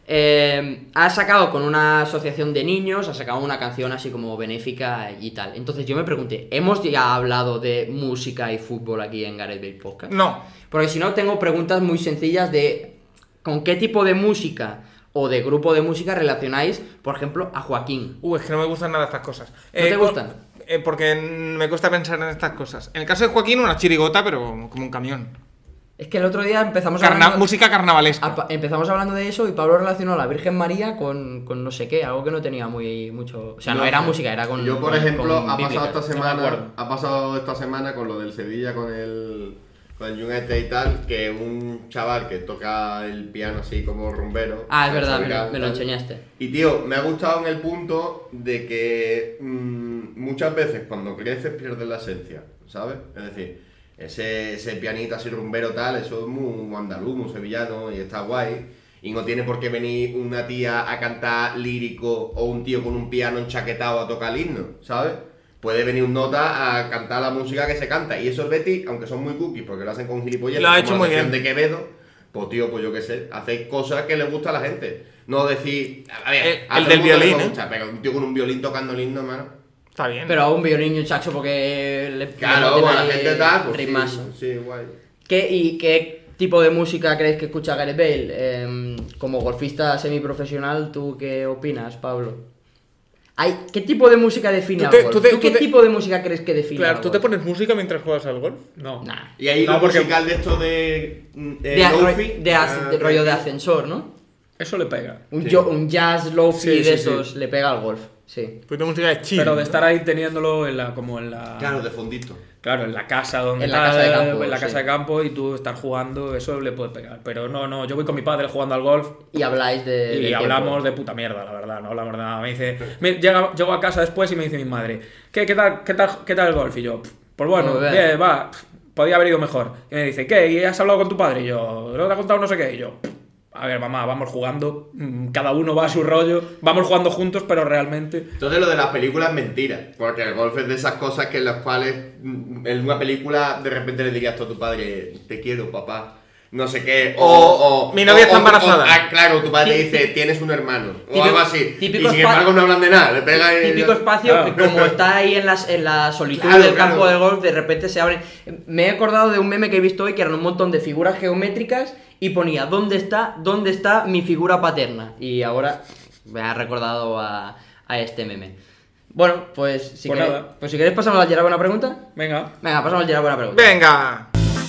eh, ha sacado con una asociación de niños, ha sacado una canción así como benéfica y tal. Entonces yo me pregunté, ¿hemos ya hablado de música y fútbol aquí en Gareth Bale Podcast? No. Porque si no, tengo preguntas muy sencillas de ¿con qué tipo de música o de grupo de música relacionáis, por ejemplo, a Joaquín? Uh, es que no me gustan nada estas cosas. ¿No te co- gustan? eh, porque me cuesta pensar en estas cosas. En el caso de Joaquín, una chirigota, pero como un camión. Es que el otro día empezamos Carna- hablando, música carnavalesca. a- empezamos hablando de eso y Pablo relacionó a la Virgen María con, con no sé qué, algo que no tenía muy mucho... O sea, no, No era sé. música, era con... Yo, por con- ejemplo, con ha bíblica. pasado esta No me acuerdo. semana. Ha pasado esta semana con lo del Sevilla, con el. Con el United y tal, que un chaval que toca el piano así como rumbero. Ah, es se ha verdad, me, virado lo- y me lo tal. enseñaste. Y tío, me ha gustado en el punto de que mmm, muchas veces cuando creces pierdes la esencia, ¿sabes? Es decir, ese, ese pianito así rumbero tal, eso es muy andaluz, muy sevillano y está guay. Y no tiene por qué venir una tía a cantar lírico o un tío con un piano enchaquetado a tocar el himno, ¿sabes? Puede venir un nota a cantar la música que se canta. Y eso el Betis, aunque son muy cookies porque lo hacen con gilipollas, Lo ha como hecho la muy sección bien. de Quevedo, pues tío, pues yo qué sé, hacéis cosas que les gusta a la gente. No decir, a ver, El- a el todo del mundo le violín, ¿eh? gusta, pero un tío con un violín tocando el himno, hermano. Está bien. Pero a un violín y un saxo porque le Claro, le meten pues la ahí gente tal, pues sí, ritmazo. sí, guay. ¿Qué, ¿Y qué tipo de música crees que escucha Gareth Bale? Eh, como golfista semiprofesional, ¿tú qué opinas, Pablo? Hay, ¿Qué tipo de música define Tú al te- golf? tú te- ¿Tú qué tú te- tipo de música crees que define Claro, al ¿tú te golf? pones música mientras juegas al golf? No. Nah. Y hay No, un porque- musical de esto de. mm, eh, De, ro- lofi, de as- ah, de rollo de que- ascensor, ¿no? Eso le pega. Un, Sí. yo- un jazz lofi Sí, de sí, esos sí. le pega al golf, sí. Pues de música de chill. Pero de ¿no? estar ahí teniéndolo en la, como en la. Claro, de fondito. Claro, en la casa donde En la tal, casa de campo, en la sí. casa de campo y tú estar jugando, eso le puede pegar. Pero no, no, yo voy con mi padre jugando al golf Y habláis de. y del hablamos tiempo. de puta mierda, la verdad, no hablamos de nada. Me dice, me, llega, llego a casa después y me dice mi madre, ¿qué, qué, tal, qué, tal, ¿qué tal el golf? Y yo, "Pff, pues bueno, Muy bien. bien, va, pff, podía haber ido mejor. Y me dice, ¿qué? ¿Y has hablado con tu padre? Y yo, ¿no te ha contado no sé qué? Y yo, "Pff, a ver, mamá, vamos jugando, mm, cada uno va a su rollo, vamos jugando juntos, pero realmente... Entonces lo de las películas es mentira, porque el golf es de esas cosas que en las cuales mm, en una película de repente le dirías tú a tu padre, te quiero papá, no sé qué, o... O, o mi novia está o- o- embarazada. ah, claro, tu padre te Tí- dice, tienes un hermano, o típico- algo así, típico y sin espa- embargo no hablan de nada, le pega y... Típico espacio Ah. que como está ahí en, las, en la solitud Claro, del claro. campo de golf, de repente se abre. Me he acordado de un meme que he visto hoy que eran un montón de figuras geométricas y ponía ¿dónde está, dónde está mi figura paterna? Y ahora me ha recordado a, a este meme. Bueno, pues si, Pues queréis, nada. pues si queréis pasamos al Gerard Buena Pregunta. Venga. Venga, pasamos al Gerard Buena Pregunta. Venga.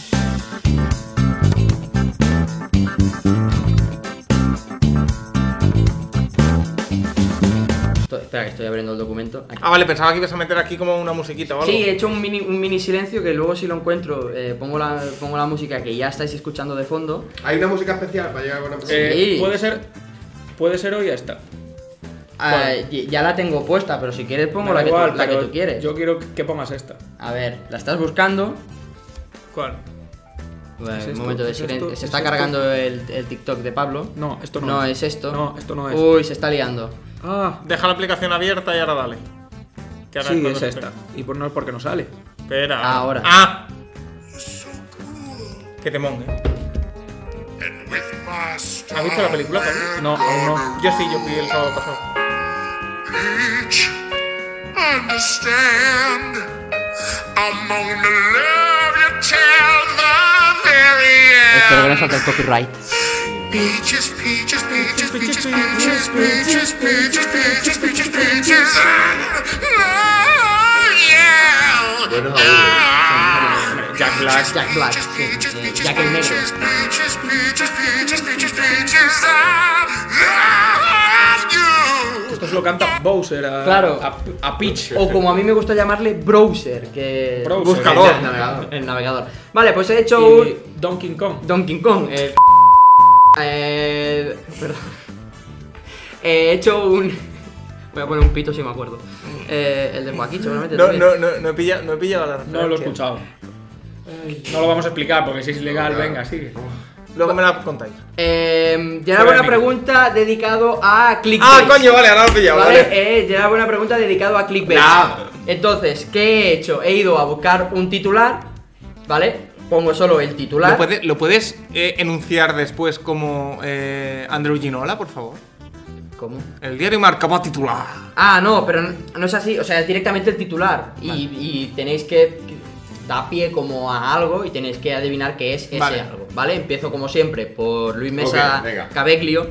Esto- espera que estoy abriendo el documento. Aquí. Ah, vale, pensaba que ibas a meter aquí como una musiquita o algo. Sí, he hecho un mini, un mini silencio que luego si lo encuentro eh, pongo, la, pongo la música que ya estáis escuchando de fondo. Hay una música especial para llegar a buena pregunta. Eh, Sí. puede ser puede ser hoy esta. Ah, y- ya la tengo puesta, pero si quieres pongo Me la, da que, igual, tú, la que pero tú quieres. Yo quiero que pongas esta. A ver, la estás buscando. ¿Cuál? Bueno, ¿Es un esto? momento de ¿Es silencio. esto? Se ¿Es está esto? cargando el, el TikTok de Pablo. No, esto no, No, es. es esto. No, esto no es. Uy, se está liando. Ah, Deja la aplicación abierta y ahora dale. Que ahora sí, cuando es se esta. Y por no es porque no sale. Espera. Ahora. Ah. Que te mongue. ¿Has visto la película, Pablo? No, aún no. Yo sí, yo fui el sábado pasado. Each understand I'm gonna love you till the very Espero que no end. salte el copyright. Peaches, peaches, peaches, peaches, peaches, peaches, peaches, peaches, peaches, peaches. Oh, yeah. Buenos audios. Ah. Jack Black. Jack Black, sí, eh, Jack el Negro. Peaches, peaches, peaches, peaches, peaches, peaches. I love you. Esto se lo canta Bowser a, Claro. a, a Peach. O como a mí me gusta llamarle browser, que Browser. Buscador. El navegador. el navegador. Vale, pues he hecho un Y Donkey Kong. Donkey Kong. El... eh, perdón. He hecho un Voy a poner un pito si me acuerdo. Eh, el de Joaquín, seguramente. No, también. no, no, no he pillado, no he pillado la referencia. No lo he escuchado. No lo vamos a explicar porque si es ilegal, venga, sigue. Luego me la contáis. Eh, ya era Fuera buena de pregunta dedicado a clickbait. Ah, coño, vale, ahora lo he pillado, Vale, vale. eh, ya era buena pregunta dedicado a clickbait. Ya. Entonces, ¿qué he hecho? He ido a buscar un titular, ¿vale? Pongo solo el titular. ¿Lo, puede- lo puedes eh, enunciar después como eh, Andrew Ginola, por favor? ¿Cómo? El diario Marca va a titular. Ah, no, pero no, no es así, o sea, es directamente el titular. Y, y tenéis que dar pie como a algo y tenéis que adivinar qué es ese Vale. algo, ¿vale? Empiezo como siempre por Luis Mesa Ok, venga. Cabeglio.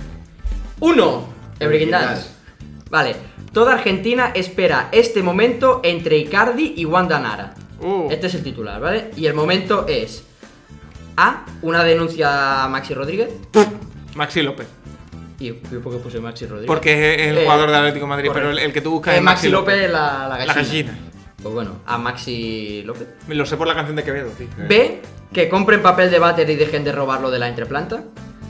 Uno, el Breaking Breaking Dance. Vale, toda Argentina espera este momento entre Icardi y Wanda Nara. Uh. Este es el titular, ¿vale? Y el momento es A, una denuncia a Maxi Rodríguez. Maxi López. ¿Y yo por qué puse Maxi Rodríguez? Porque es el Eh, jugador del Atlético de Madrid, correcto. pero el, el que tú buscas Eh, es Maxi López, la, la La gallina. gallina. Pues bueno, a Maxi López. Lo sé por la canción de Quevedo, tío. B, que compren papel de váter y dejen de robarlo de la entreplanta.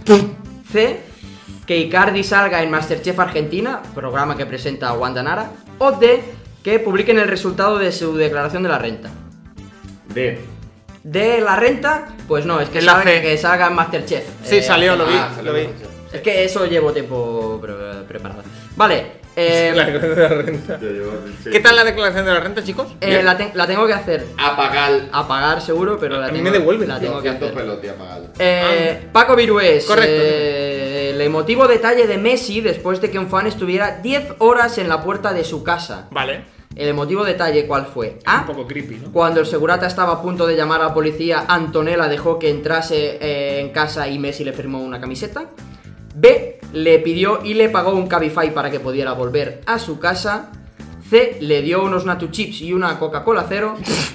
C, que Icardi salga en Masterchef Argentina, programa que presenta Wanda Nara. O D, que publiquen el resultado de su declaración de la renta. D. De la renta, pues no, es que, Es la salga, C. que salga en Masterchef. Sí, Eh, salió, lo vi, Ah, lo vi. Es que eso llevo tiempo pre- preparado. Vale, eh, La declaración de la renta. Yo llevo- sí. ¿Qué tal la declaración de la renta, chicos? eh, la, te- la tengo que hacer. Apagar. A pagar seguro, pero la A mí tengo, me devuelven. la tengo que hacer. pelotas y apagar. Eh, Paco Virués, Correcto. eh, el emotivo detalle de Messi después de que un fan estuviera diez horas en la puerta de su casa. Vale. El emotivo detalle, ¿cuál fue? Un A, poco creepy, ¿no? cuando el segurata estaba a punto de llamar a la policía, Antonella dejó que entrase eh, en casa y Messi le firmó una camiseta. B, le pidió y le pagó un Cabify para que pudiera volver a su casa. C, le dio unos Natu Chips y una Coca-Cola cero.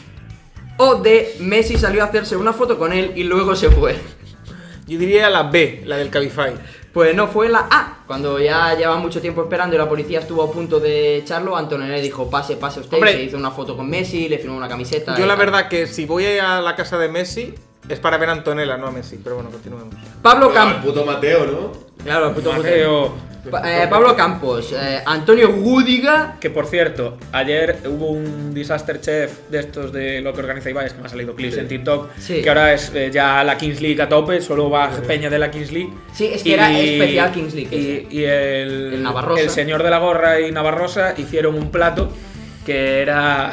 O D, Messi salió a hacerse una foto con él y luego se fue. Yo diría la B, la del Cabify. Pues no, fue la A. Cuando ya llevaba mucho tiempo esperando y la policía estuvo a punto de echarlo, Antonella le dijo, pase, pase usted. Hombre. Y se hizo una foto con Messi, le firmó una camiseta. Yo y la tal. verdad que si voy a la casa de Messi es para ver a Antonella, no a Messi. Pero bueno, continuemos. Pablo El Campos. puto Mateo, ¿no? Claro, el puto Mateo, Pa- eh, Pablo Campos, eh, Antonio Rúdiga. que por cierto, ayer hubo un Disaster Chef de estos de lo que organiza Ibáñez, que me ha salido clips Sí. en TikTok, Sí. que ahora es eh, ya la Kings League a tope, solo va peña de la Kings League. Sí, es que era especial Kings League Y, ese. y el, El Navarrosa. el señor de la gorra y Navarrosa hicieron un plato que era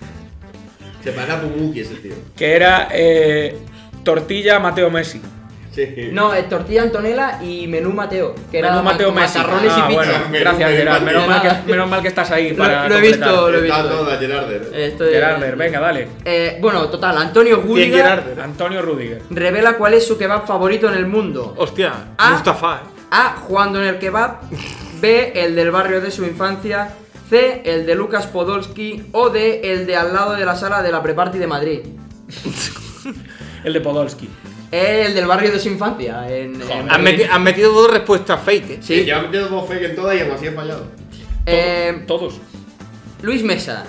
Se para Pumuki ese tío. que era eh, tortilla Mateo Messi. Sí. No, eh, tortilla Antonella y menú Mateo. Que era Menú Mateo ma- Messi. macarrones Ah, y pizza. bueno, Menú gracias Messi, Gerard. Menos mal, nada. que, menos mal que estás ahí Lo- para lo he completar. visto, lo he Está visto. toda Gerarder. Eh, esto de- Gerarder, venga, dale. Eh, bueno, total, Antonio Bien, Rúdiga Gerarder. Antonio Rudiger. revela cuál es su kebab favorito en el mundo. Hostia, Ah. Mustafa, eh. A, jugando en el kebab. B, el del barrio de su infancia. C, el de Lucas Podolski. O D, el de al lado de la sala de la Preparty de Madrid. El de Podolski. El del barrio de su infancia. En, en Han, Madrid. meti- han metido dos respuestas fake, eh. Sí. Ya ha metido dos fake en todas y aún así he fallado. Eh, Todos. Luis Mesa.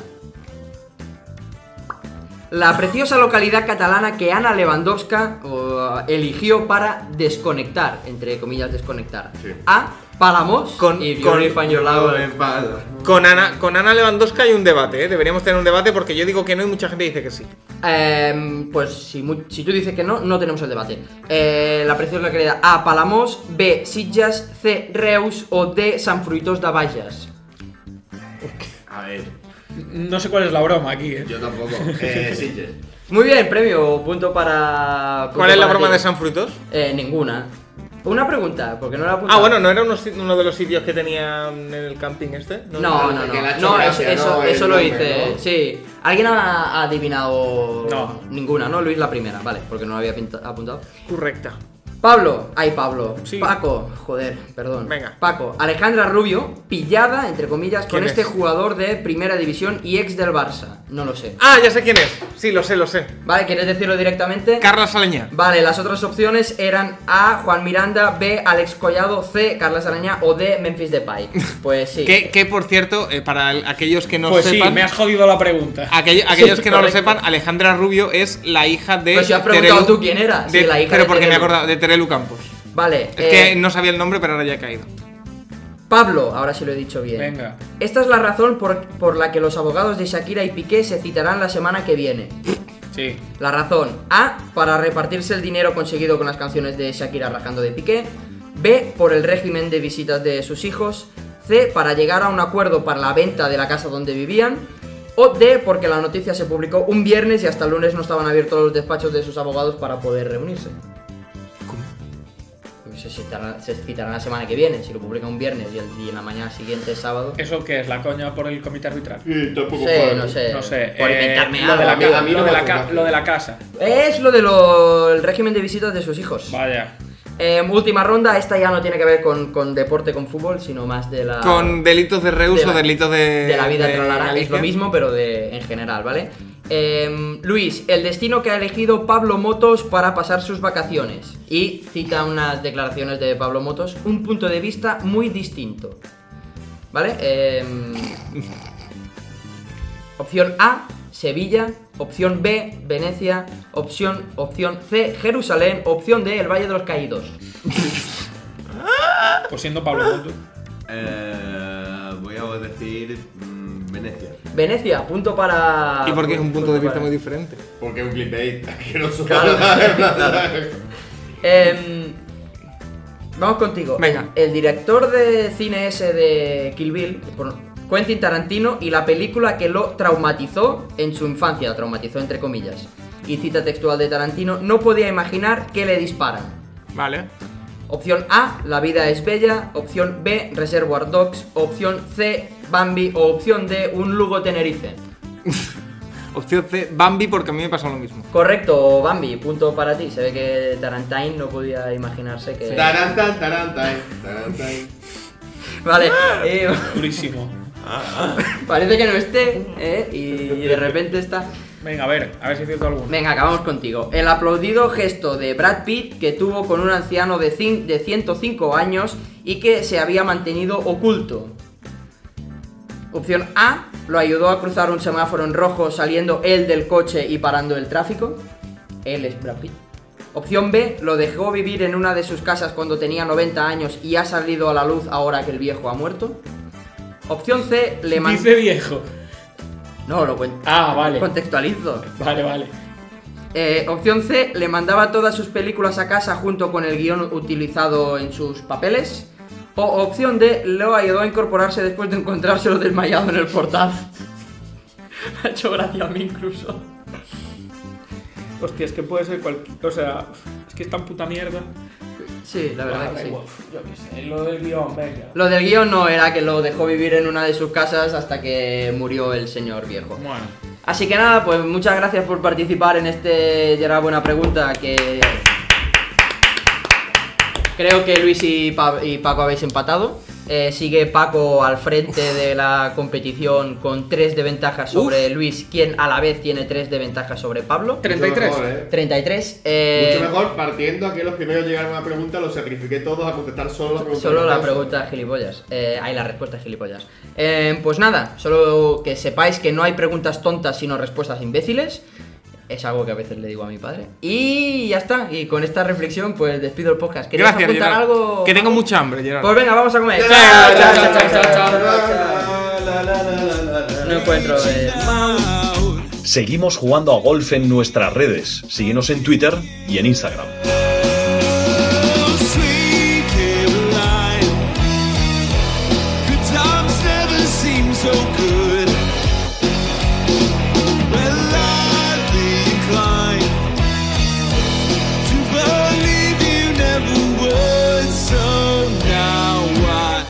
La preciosa localidad catalana que Ana Lewandowska uh, eligió para desconectar, entre comillas desconectar. Sí. A, Palamos. Con- If you con- only find your love in Con Ana, con Ana Lewandowska hay un debate, ¿eh? Deberíamos tener un debate porque yo digo que no y mucha gente dice que sí. Em, pues si, mu- si tú dices que no, no tenemos el debate. Eh, la preciosa localidad A, Palamos. B, Sitges. C, Reus. O D, San Fruitós de Bages. A ver, No sé cuál es la broma aquí, eh. yo tampoco. Eh, Sitges. Muy bien, premio, punto para... punto ¿Cuál es la para broma ti. de San Frutos? Eh, ninguna. Una pregunta, porque no la he apuntado. Ah, bueno, ¿no era uno, uno de los sitios que tenían en el camping este? No, no, no. que le ha hecho No, gracia, eso, eso, ¿no? eso El lo nombre, hice. ¿no? Sí. ¿Alguien ha adivinado? No. Ninguna, ¿no? Luis la primera, vale, porque no lo había pinta- apuntado. Correcta. Pablo, ay Pablo, Sí. Paco, joder, perdón. Venga. Paco, Alejandra Rubio, pillada, entre comillas, con ¿Quién este es? jugador de primera división y ex del Barça. No lo sé. Ah, ya sé quién es. Sí, lo sé, lo sé. Vale, ¿quieres decirlo directamente? Carla Saleña. Vale, las otras opciones eran A, Juan Miranda, B, Alex Collado, C, Carla Saraña o D, Memphis Depay. Pues sí. Que, que por cierto, eh, para el- aquellos que no Pues sí, sepan. me has jodido la pregunta. aquell- aquellos que no lo correcto. sepan, Alejandra Rubio es la hija de. Pues si has preguntado Terelu- tú quién era. Sí, de- la hija pero de porque me he Terelu. acordado, de Terelu Campos. Vale, Es eh, que no sabía el nombre, pero ahora ya he caído. Pablo, ahora sí lo he dicho bien. Venga. Esta es la razón por, por la que los abogados de Shakira y Piqué se citarán la semana que viene. Sí. La razón: A, para repartirse el dinero conseguido con las canciones de Shakira rajando de Piqué. B, por el régimen de visitas de sus hijos. C, para llegar a un acuerdo para la venta de la casa donde vivían. O D, porque la noticia se publicó un viernes y hasta el lunes no estaban abiertos los despachos de sus abogados para poder reunirse. ¿Cómo? Se citarán, se citarán la semana que viene. Si lo publican un viernes y, el, y en la mañana siguiente es sábado. ¿Eso qué es? ¿La coña por el comité arbitral? Sí, tampoco Sí, puedo. no sé. No sé. Por eh, inventarme lo, algo. de la, A mí- ca- a mí lo, no de me la hace ca- gracia. lo de la casa. Es lo del régimen de visitas de sus hijos. Vaya. Eh, última ronda, esta ya no tiene que ver con, con deporte, con fútbol, sino más de la... Con delitos de reuso, de la- delitos de. de la vida de tralará, es Galicia. lo mismo, pero de en general, ¿vale? Eh, Luis, el destino que ha elegido Pablo Motos para pasar sus vacaciones. Y cita unas declaraciones de Pablo Motos, un punto de vista muy distinto. ¿Vale? Eh, opción A, Sevilla. Opción B, Venecia. Opción, opción C, Jerusalén. Opción D, el Valle de los Caídos. Pues siendo Pablo Moto. Eh, voy a decir mm, Venecia. Venecia, punto para... ¿Y por qué es un punto de vista para- muy diferente? Porque es un clickbait asqueroso. Claro, claro. Em, vamos contigo. Venga. El, el director de cine ese de Kill Bill, por- Quentin Tarantino, y la película que lo traumatizó en su infancia, la traumatizó entre comillas. Y cita textual de Tarantino: no podía imaginar que le disparan. Vale. Opción A, La vida es bella. Opción B, Reservoir Dogs. Opción C, Bambi. O opción D, Un Lugo Tenerife. Opción C, Bambi, porque a mí me pasó lo mismo. Correcto, Bambi, punto para ti. Se ve que Tarantino no podía imaginarse que... Tarantan, tarantan, tarantan. Vale, eh, Durísimo. parece que no esté, ¿eh? Y de repente está... Venga, a ver, a ver si cierto alguno. Venga, acabamos contigo. El aplaudido gesto de Brad Pitt que tuvo con un anciano de, cin- de ciento cinco años y que se había mantenido oculto. Opción A, lo ayudó a cruzar un semáforo en rojo saliendo él del coche y parando el tráfico. Él es Brad Pitt. Opción B, lo dejó vivir en una de sus casas cuando tenía noventa años y ha salido a la luz ahora que el viejo ha muerto. Opción C, le mandó... Dice viejo. No, lo cuen- Ah, vale. contextualizo. Vale, vale. Eh, opción C, le mandaba todas sus películas a casa junto con el guión utilizado en sus papeles. O opción D, lo ayudó a incorporarse después de encontrárselo desmayado en el portal. Me ha hecho gracia a mí incluso. Hostia, es que puede ser cualquier. O sea, es que es tan puta mierda. Sí, la verdad Ah, que sí. igual, yo qué sé, lo del guión, venga. Lo del guión no era que lo dejó vivir en una de sus casas hasta que murió el señor viejo. Bueno. Así que nada, pues muchas gracias por participar en este Gerard Buena Pregunta, que creo que Luis y, Pa- y Paco habéis empatado. Eh, sigue Paco al frente de la competición con tres de ventaja sobre Luis, quien a la vez tiene tres de ventaja sobre Pablo. treinta y tres. Mucho mejor, ¿eh? treinta y tres. Eh, Mucho mejor partiendo a que los primeros llegaron a una pregunta, los sacrifiqué todos a contestar solo la pregunta. Solo la de pregunta gilipollas. Eh, hay la respuesta gilipollas. Eh, pues nada, solo que sepáis que no hay preguntas tontas sino respuestas imbéciles. Es algo que a veces le digo a mi padre. Y ya está. Y con esta reflexión, pues despido el podcast. ¿Querías Gracias, apuntar Gerard. algo? Que tengo mucha hambre, Gerard. Pues venga, vamos a comer. La, Chao, la, chao, la, chao, chao, la, chao, la, chao. la, la, la, la, la, No encuentro. eh. Seguimos jugando a golf en nuestras redes. Síguenos en Twitter y en Instagram.